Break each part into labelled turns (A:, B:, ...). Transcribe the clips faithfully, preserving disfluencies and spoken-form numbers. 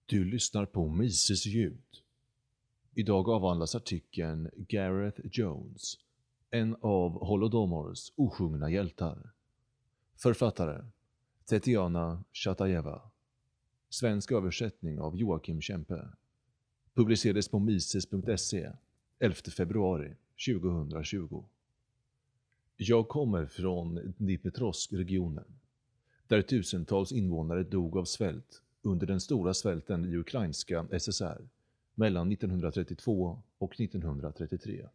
A: Du lyssnar på Mises ljud. Idag avhandlas artikeln Gareth Jones, en av Holodomors osjungna hjältar. Författare Tetiana Shatajeva. Svensk översättning av Joakim Kempe. Publicerades på mises punkt se elfte februari tjugohundratjugo. Jag kommer från Dnipropetrovsk-regionen, där tusentals invånare dog av svält under den stora svälten i ukrainska S S R mellan nittonhundratrettiotvå och nittonhundratrettiotre.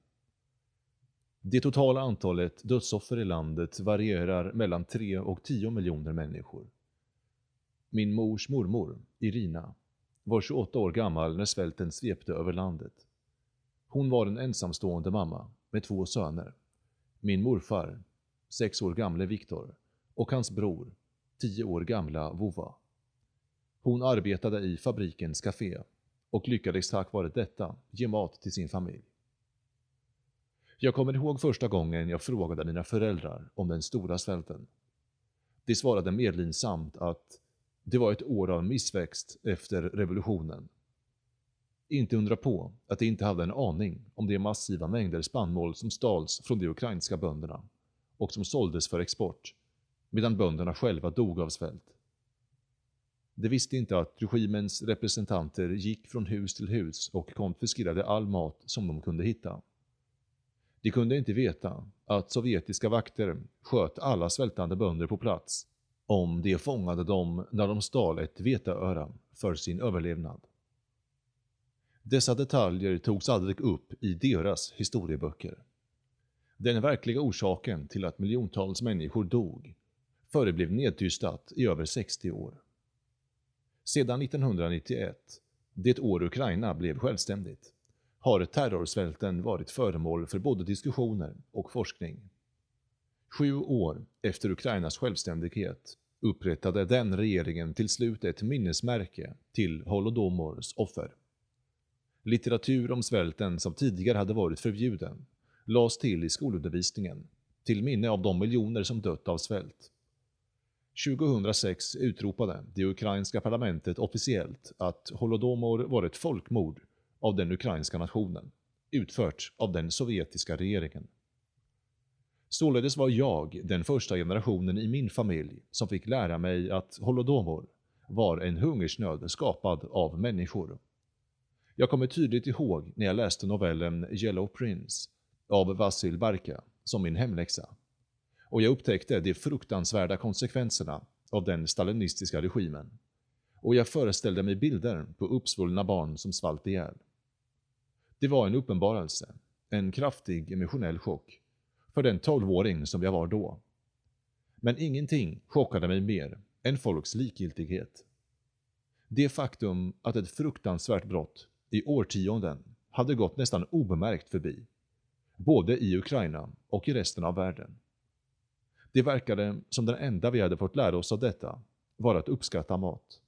A: Det totala antalet dödsoffer i landet varierar mellan tre och tio miljoner människor. Min mors mormor, Irina, var tjugoåtta år gammal när svälten svepte över landet. Hon var en ensamstående mamma med två söner. Min morfar, sex år gamle Viktor, och hans bror, tio år gamla Vova. Hon arbetade i fabrikens café och lyckades tack vare detta ge mat till sin familj. Jag kommer ihåg första gången jag frågade mina föräldrar om den stora svälten. De svarade medlinsamt att det var ett år av missväxt efter revolutionen. Inte undra på att de inte hade en aning om de massiva mängder spannmål som stals från de ukrainska bönderna och som såldes för export, medan bönderna själva dog av svält. De visste inte att regimens representanter gick från hus till hus och konfiskerade all mat som de kunde hitta. De kunde inte veta att sovjetiska vakter sköt alla svältande bönder på plats om de fångade dem när de stal ett veteöra för sin överlevnad. Dessa detaljer togs aldrig upp i deras historieböcker. Den verkliga orsaken till att miljontals människor dog föreblev nedtystat i över sextio år. Sedan nittonhundranittioett, det år Ukraina blev självständigt, har terrorsvälten varit föremål för både diskussioner och forskning. Sju år efter Ukrainas självständighet upprättade den regeringen till slut ett minnesmärke till Holodomors offer. Litteratur om svälten som tidigare hade varit förbjuden lades till i skolundervisningen till minne av de miljoner som dött av svält. tjugohundrasex utropade det ukrainska parlamentet officiellt att Holodomor var ett folkmord av den ukrainska nationen, utfört av den sovjetiska regeringen. Således var jag den första generationen i min familj som fick lära mig att Holodomor var en hungersnöd skapad av människor. Jag kommer tydligt ihåg när jag läste novellen Yellow Prince av Vasil Barka som min hemläxa. Och jag upptäckte de fruktansvärda konsekvenserna av den stalinistiska regimen. Och jag föreställde mig bilder på uppsvullna barn som svalt ihjäl. Det var en uppenbarelse, en kraftig emotionell chock, för den tolvåring som jag var då. Men ingenting chockade mig mer än folks likgiltighet. Det faktum att ett fruktansvärt brott i årtionden hade gått nästan obemärkt förbi, både i Ukraina och i resten av världen. Det verkade som den enda vi hade fått lära oss av detta var att uppskatta mat.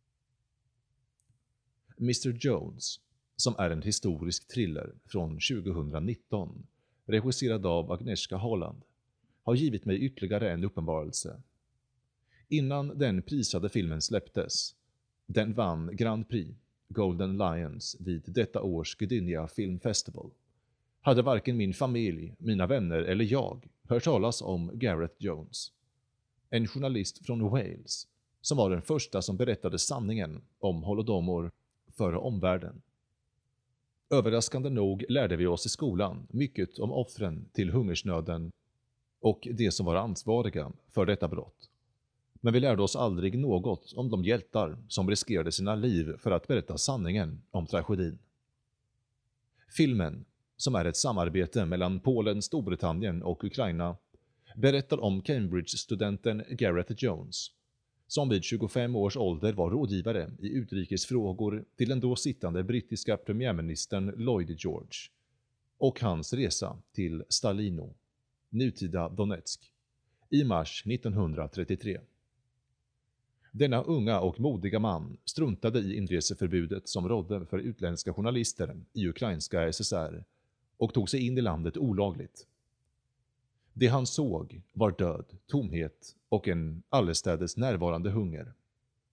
A: mister Jones, som är en historisk thriller från tjugohundranitton, regisserad av Agnieszka Holland, har givit mig ytterligare en uppenbarelse. Innan den prisade filmen släpptes, den vann Grand Prix, Golden Lions, vid detta års Gdynia Film Festival, hade varken min familj, mina vänner eller jag hört talas om Gareth Jones, en journalist från Wales som var den första som berättade sanningen om Holodomor för omvärlden. Överraskande nog lärde vi oss i skolan mycket om offren till hungersnöden och de som var ansvariga för detta brott. Men vi lärde oss aldrig något om de hjältar som riskerade sina liv för att berätta sanningen om tragedin. Filmen, som är ett samarbete mellan Polen, Storbritannien och Ukraina, berättar om Cambridge-studenten Gareth Jones, som vid tjugofem års ålder var rådgivare i utrikesfrågor till den då sittande brittiska premiärministern Lloyd George, och hans resa till Stalino, nutida Donetsk, i mars nittonhundratrettiotre. Denna unga och modiga man struntade i inreseförbudet som rådde för utländska journalister i ukrainska S S R och tog sig in i landet olagligt. Det han såg var död, tomhet och en allestädes närvarande hunger.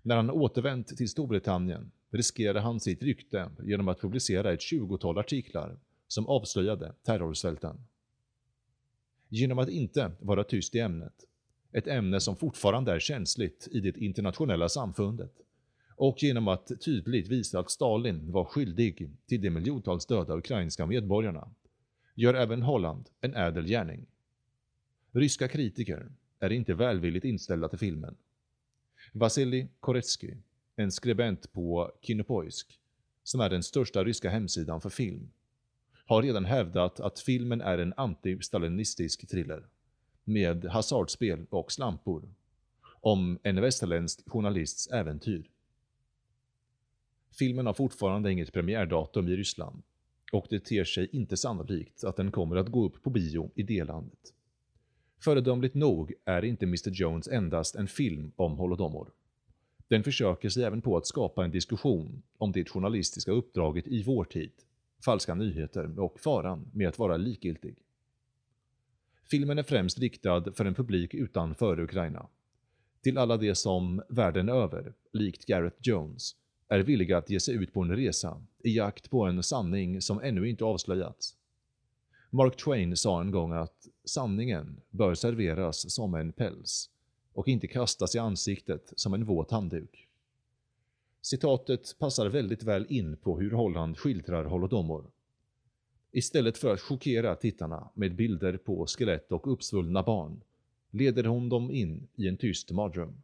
A: När han återvänt till Storbritannien riskerade han sitt rykte genom att publicera ett tjugotal artiklar som avslöjade terrorsvälten. Genom att inte vara tyst i ämnet, ett ämne som fortfarande är känsligt i det internationella samfundet, och genom att tydligt visa att Stalin var skyldig till de miljontals döda ukrainska medborgarna, gör även Holland en ädel gärning. Ryska kritiker är inte välvilligt inställda till filmen. Vasilij Koretsky, en skribent på Kinopoisk, som är den största ryska hemsidan för film, har redan hävdat att filmen är en anti-stalinistisk thriller med hasardspel och slampor om en västerländsk journalists äventyr. Filmen har fortfarande inget premiärdatum i Ryssland och det ter sig inte sannolikt att den kommer att gå upp på bio i det landet. Föredömligt nog är inte mister Jones endast en film om Holodomor. Den försöker sig även på att skapa en diskussion om det journalistiska uppdraget i vår tid, falska nyheter och faran med att vara likgiltig. Filmen är främst riktad för en publik utanför Ukraina. Till alla de som världen över, likt Gareth Jones, är villiga att ge sig ut på en resa i jakt på en sanning som ännu inte avslöjats. Mark Twain sa en gång att sanningen bör serveras som en päls och inte kastas i ansiktet som en våt handduk. Citatet passar väldigt väl in på hur Holland skildrar Holodomor. Istället för att chockera tittarna med bilder på skelett och uppsvullna barn, leder hon dem in i en tyst mardröm.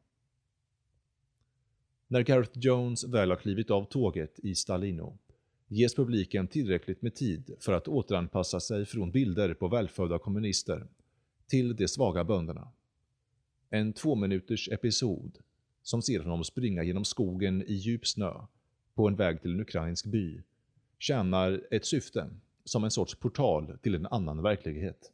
A: När Gareth Jones väl har klivit av tåget i Stalino, ges publiken tillräckligt med tid för att återanpassa sig från bilder på välfödda kommunister till de svaga bönderna. En två minuters episod som ser honom springa genom skogen i djup snö på en väg till en ukrainsk by tjänar ett syfte som en sorts portal till en annan verklighet.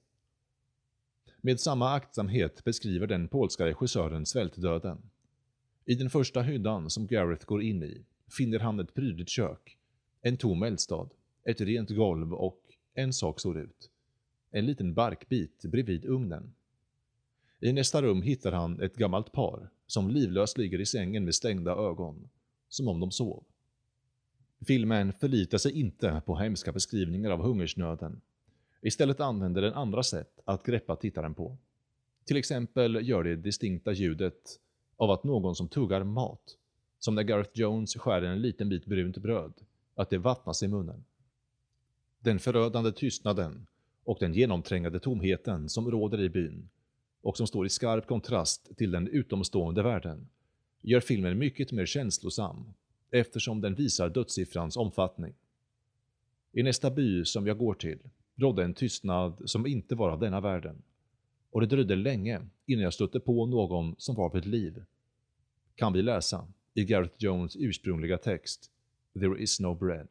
A: Med samma aktsamhet beskriver den polska regissören svältdöden. I den första hyddan som Gareth går in i finner han ett prydligt kök, en tom eldstad, ett rent golv och en sak står ut. En liten barkbit bredvid ugnen. I nästa rum hittar han ett gammalt par som livlöst ligger i sängen med stängda ögon, som om de sov. Filmen förlitar sig inte på hemska beskrivningar av hungersnöden. Istället använder den andra sätt att greppa tittaren på. Till exempel gör det distinkta ljudet av att någon som tuggar mat, som när Gareth Jones skär en liten bit brunt bröd, att det vattnas i munnen. Den förödande tystnaden och den genomträngande tomheten som råder i byn och som står i skarp kontrast till den utomstående världen gör filmen mycket mer känslosam eftersom den visar dödssiffrans omfattning. I nästa by som jag går till rådde en tystnad som inte var av denna världen, och det dröjde länge innan jag stötte på någon som var vid liv. Kan vi läsa i Gareth Jones ursprungliga text There is no bread.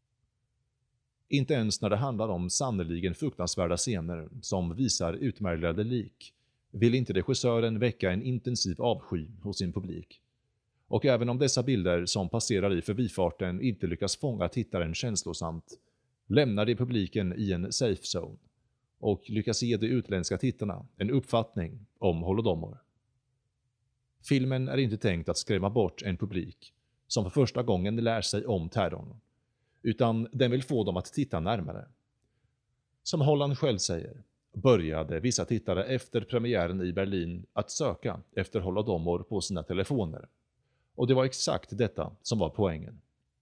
A: Inte ens när det handlar om sannoliken fruktansvärda scener som visar utmärglade lik vill inte regissören väcka en intensiv avsky hos sin publik. Och även om dessa bilder som passerar i förbifarten inte lyckas fånga tittaren känslosamt, lämnar de publiken i en safe zone och lyckas ge de utländska tittarna en uppfattning om Holodomor. Filmen är inte tänkt att skrämma bort en publik som för första gången lär sig om terrorn, utan den vill få dem att titta närmare. Som Holland själv säger, började vissa tittare efter premiären i Berlin att söka efter Holodomor på sina telefoner. Och det var exakt detta som var poängen.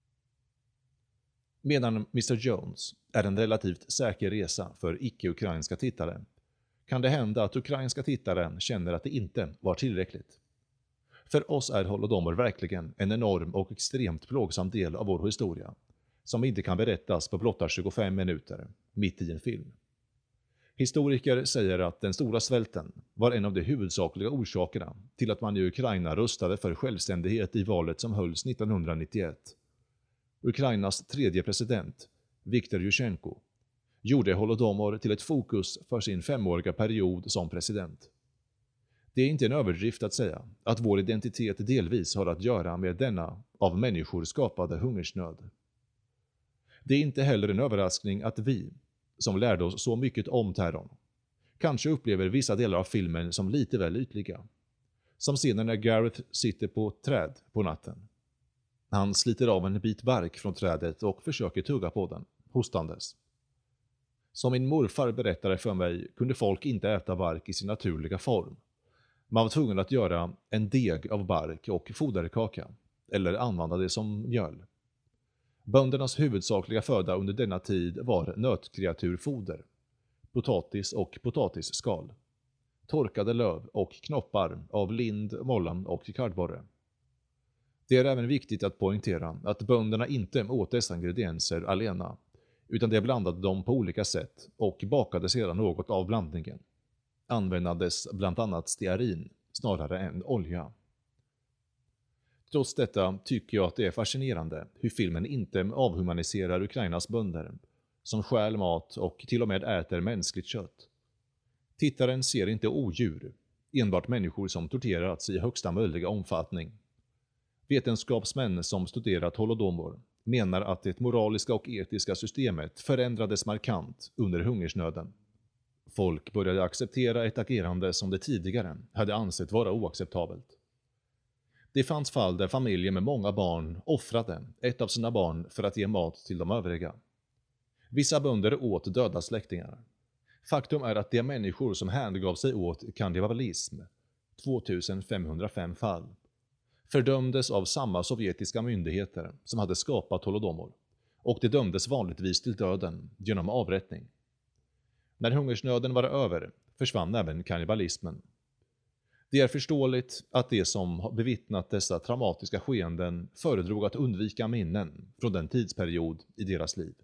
A: Medan mister Jones är en relativt säker resa för icke-ukrainska tittare, kan det hända att ukrainska tittare känner att det inte var tillräckligt. För oss är Holodomor verkligen en enorm och extremt plågsam del av vår historia, som inte kan berättas på blotta tjugofem minuter, mitt i en film. Historiker säger att den stora svälten var en av de huvudsakliga orsakerna till att man i Ukraina röstade för självständighet i valet som hölls nittonhundranittioett. Ukrainas tredje president, Viktor Yushchenko, gjorde Holodomor till ett fokus för sin femåriga period som president. Det är inte en överdrift att säga att vår identitet delvis har att göra med denna av människor skapade hungersnöd. Det är inte heller en överraskning att vi, som lärde oss så mycket om terrorn, kanske upplever vissa delar av filmen som lite väl ytliga. Som scenen när Gareth sitter på ett träd på natten. Han sliter av en bit bark från trädet och försöker tugga på den, hostandes. Som min morfar berättade för mig kunde folk inte äta bark i sin naturliga form. Man var tvungen att göra en deg av bark och foderkaka, eller använda det som mjöl. Böndernas huvudsakliga föda under denna tid var nötkreaturfoder, potatis och potatisskal, torkade löv och knoppar av lind, mollan och kardborre. Det är även viktigt att poängtera att bönderna inte åt dessa ingredienser alena, utan de blandade dem på olika sätt och bakade sedan något av blandningen. Användades bland annat stearin snarare än olja. Trots detta tycker jag att det är fascinerande hur filmen inte avhumaniserar Ukrainas bönder, som stjäl mat och till och med äter mänskligt kött. Tittaren ser inte odjur, enbart människor som torterats i högsta möjliga omfattning. Vetenskapsmän som studerat holodomor menar att det moraliska och etiska systemet förändrades markant under hungersnöden. Folk började acceptera ett agerande som de tidigare hade ansett vara oacceptabelt. Det fanns fall där familjer med många barn offrade ett av sina barn för att ge mat till de övriga. Vissa bönder åt döda släktingar. Faktum är att de människor som hängav sig åt kannibalism, tvåtusenfemhundrafem fall, fördömdes av samma sovjetiska myndigheter som hade skapat holodomor, och de dömdes vanligtvis till döden genom avrättning. När hungersnöden var över försvann även kannibalismen. Det är förståeligt att de som bevittnat dessa traumatiska skeenden föredrog att undvika minnen från den tidsperiod i deras liv.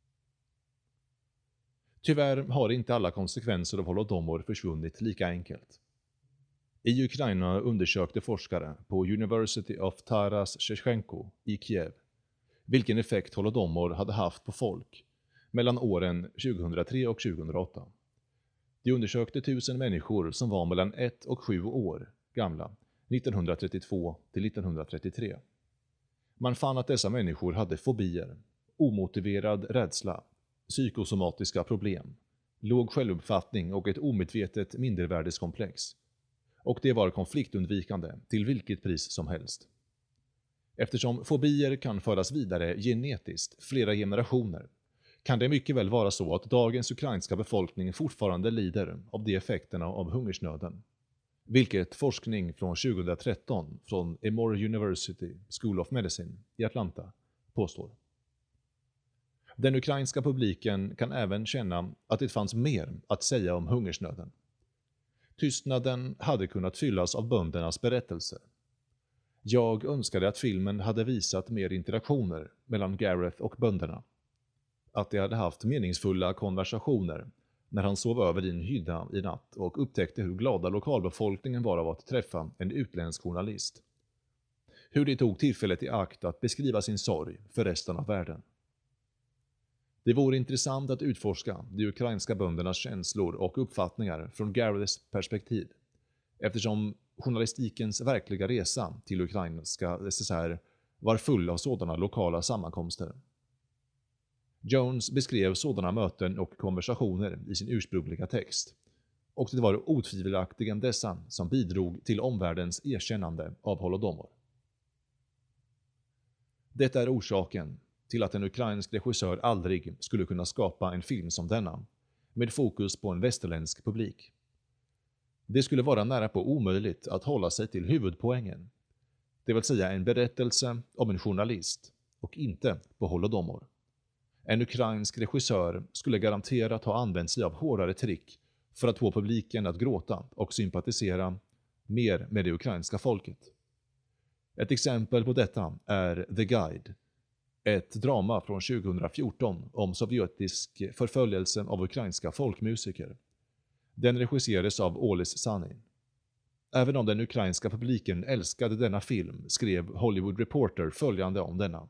A: Tyvärr har inte alla konsekvenser av holodomor försvunnit lika enkelt. I Ukraina undersökte forskare på University of Taras Shevchenko i Kiev vilken effekt holodomor hade haft på folk mellan åren tjugohundratre och tjugohundraåtta. De undersökte tusen människor som var mellan ett och sju år gamla nittonhundratrettiotvå till nittonhundratrettiotre. Man fann att dessa människor hade fobier, omotiverad rädsla, psykosomatiska problem, låg självuppfattning och ett omedvetet mindervärdeskomplex. Och det var konfliktundvikande till vilket pris som helst. Eftersom fobier kan föras vidare genetiskt flera generationer kan det mycket väl vara så att dagens ukrainska befolkning fortfarande lider av de effekterna av hungersnöden. Vilket forskning från tjugohundratretton från Emory University School of Medicine i Atlanta påstår. Den ukrainska publiken kan även känna att det fanns mer att säga om hungersnöden. Tystnaden hade kunnat fyllas av böndernas berättelser. Jag önskade att filmen hade visat mer interaktioner mellan Gareth och bönderna. Att de hade haft meningsfulla konversationer när han sov över i en hydda i natt och upptäckte hur glada lokalbefolkningen var av att träffa en utländsk journalist. Hur de tog tillfället i akt att beskriva sin sorg för resten av världen. Det vore intressant att utforska de ukrainska böndernas känslor och uppfattningar från Gareths perspektiv, eftersom journalistikens verkliga resa till ukrainska S S R var full av sådana lokala sammankomster. Jones beskrev sådana möten och konversationer i sin ursprungliga text, och det var otvivelaktigen dessa som bidrog till omvärldens erkännande av holodomor. Detta är orsaken till att en ukrainsk regissör aldrig skulle kunna skapa en film som denna, med fokus på en västerländsk publik. Det skulle vara nära på omöjligt att hålla sig till huvudpoängen, det vill säga en berättelse om en journalist och inte på holodomor. En ukrainsk regissör skulle garanterat ha använt sig av hårdare trick för att få publiken att gråta och sympatisera mer med det ukrainska folket. Ett exempel på detta är The Guide, ett drama från tjugohundrafjorton om sovjetisk förföljelse av ukrainska folkmusiker. Den regisserades av Oles Sanin. Även om den ukrainska publiken älskade denna film skrev Hollywood Reporter följande om denna.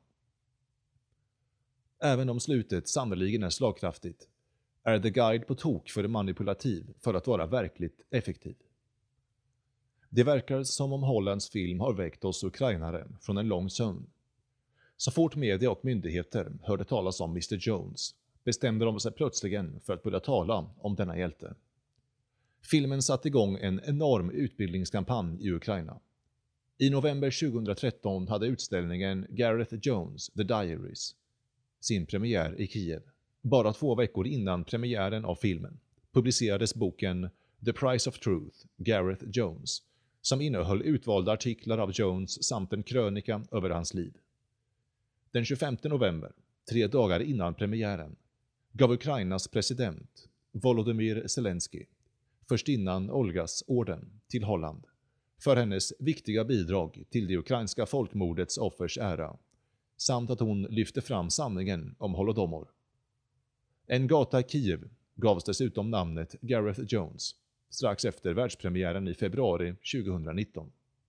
A: Även om slutet sannoliken är slagkraftigt är The Guide på tok för manipulativ för att vara verkligt effektiv. Det verkar som om Hollands film har väckt oss ukrainare från en lång sömn. Så fort media och myndigheter hörde talas om mister Jones bestämde de sig plötsligen för att börja tala om denna hjälte. Filmen satte igång en enorm utbildningskampanj i Ukraina. I november tjugohundratretton hade utställningen Gareth Jones, The Diaries, sin premiär i Kiev. Bara två veckor innan premiären av filmen publicerades boken The Price of Truth, Gareth Jones, som innehöll utvalda artiklar av Jones samt en krönika över hans liv. Den tjugofemte november, tre dagar innan premiären, gav Ukrainas president Volodymyr Zelensky förstinnan Olgas orden till Holland för hennes viktiga bidrag till det ukrainska folkmordets offers ära, samt att hon lyfte fram sanningen om Holodomor. En gata i Kiev gavs dessutom namnet Gareth Jones, strax efter världspremiären i februari tjugohundranitton.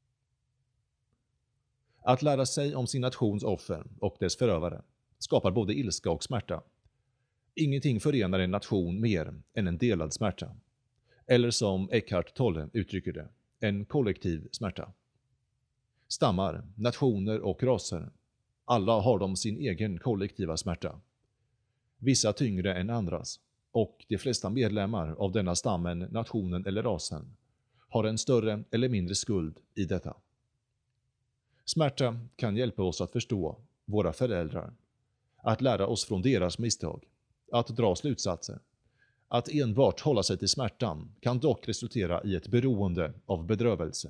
A: Att lära sig om sin nations offer och dess förövare skapar både ilska och smärta. Ingenting förenar en nation mer än en delad smärta. Eller som Eckhart Tolle uttrycker det, en kollektiv smärta. Stammar, nationer och raser, alla har de sin egen kollektiva smärta. Vissa tyngre än andras, och de flesta medlemmar av denna stammen, nationen eller rasen har en större eller mindre skuld i detta. Smärta kan hjälpa oss att förstå våra föräldrar, att lära oss från deras misstag, att dra slutsatser. Att enbart hålla sig till smärtan kan dock resultera i ett beroende av bedrövelse.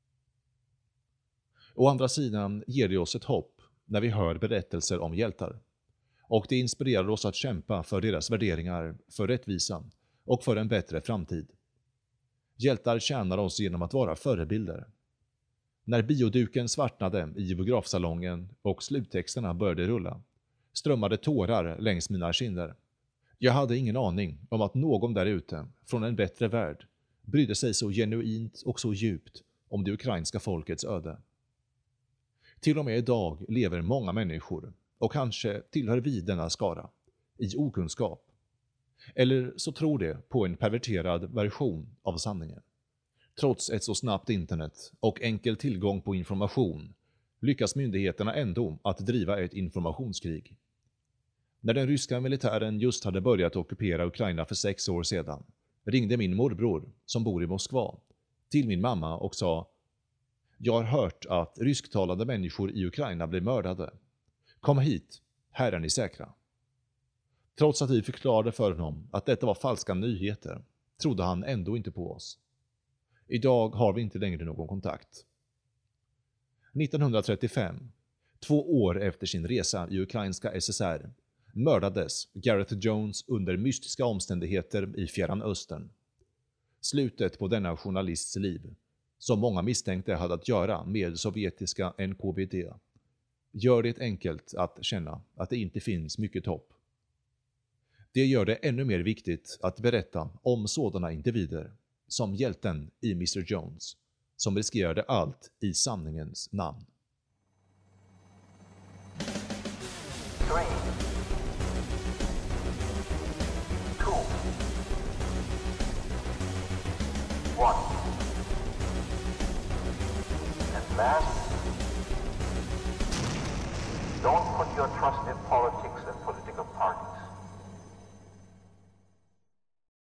A: Å andra sidan ger det oss ett hopp när vi hör berättelser om hjältar, och det inspirerar oss att kämpa för deras värderingar, för rättvisa och för en bättre framtid. Hjältar tjänar oss genom att vara förebilder. När bioduken svartnade i biografsalongen och sluttexterna började rulla, strömmade tårar längs mina kinder. Jag hade ingen aning om att någon där ute, från en bättre värld, brydde sig så genuint och så djupt om det ukrainska folkets öde. Till och med idag lever många människor, och kanske tillhör vi denna skara, i okunskap. Eller så tror det på en perverterad version av sanningen. Trots ett så snabbt internet och enkel tillgång på information lyckas myndigheterna ändå att driva ett informationskrig. När den ryska militären just hade börjat ockupera Ukraina för sex år sedan ringde min morbror, som bor i Moskva, till min mamma och sa: "Jag har hört att rysktalande människor i Ukraina blir mördade. Kom hit, här är ni säkra." Trots att vi förklarade för honom att detta var falska nyheter trodde han ändå inte på oss. Idag har vi inte längre någon kontakt. nittonhundratrettiofem, två år efter sin resa i ukrainska S S R, mördades Gareth Jones under mystiska omständigheter i Fjärran Östern. Slutet på denna journalists liv, som många misstänkte hade att göra med sovjetiska N K V D, gör det enkelt att känna att det inte finns mycket hopp. Det gör det ännu mer viktigt att berätta om sådana individer, som hjälten i mister Jones, som riskerade allt i sanningens namn.
B: Three, two, one. At last, don't put your trust in politics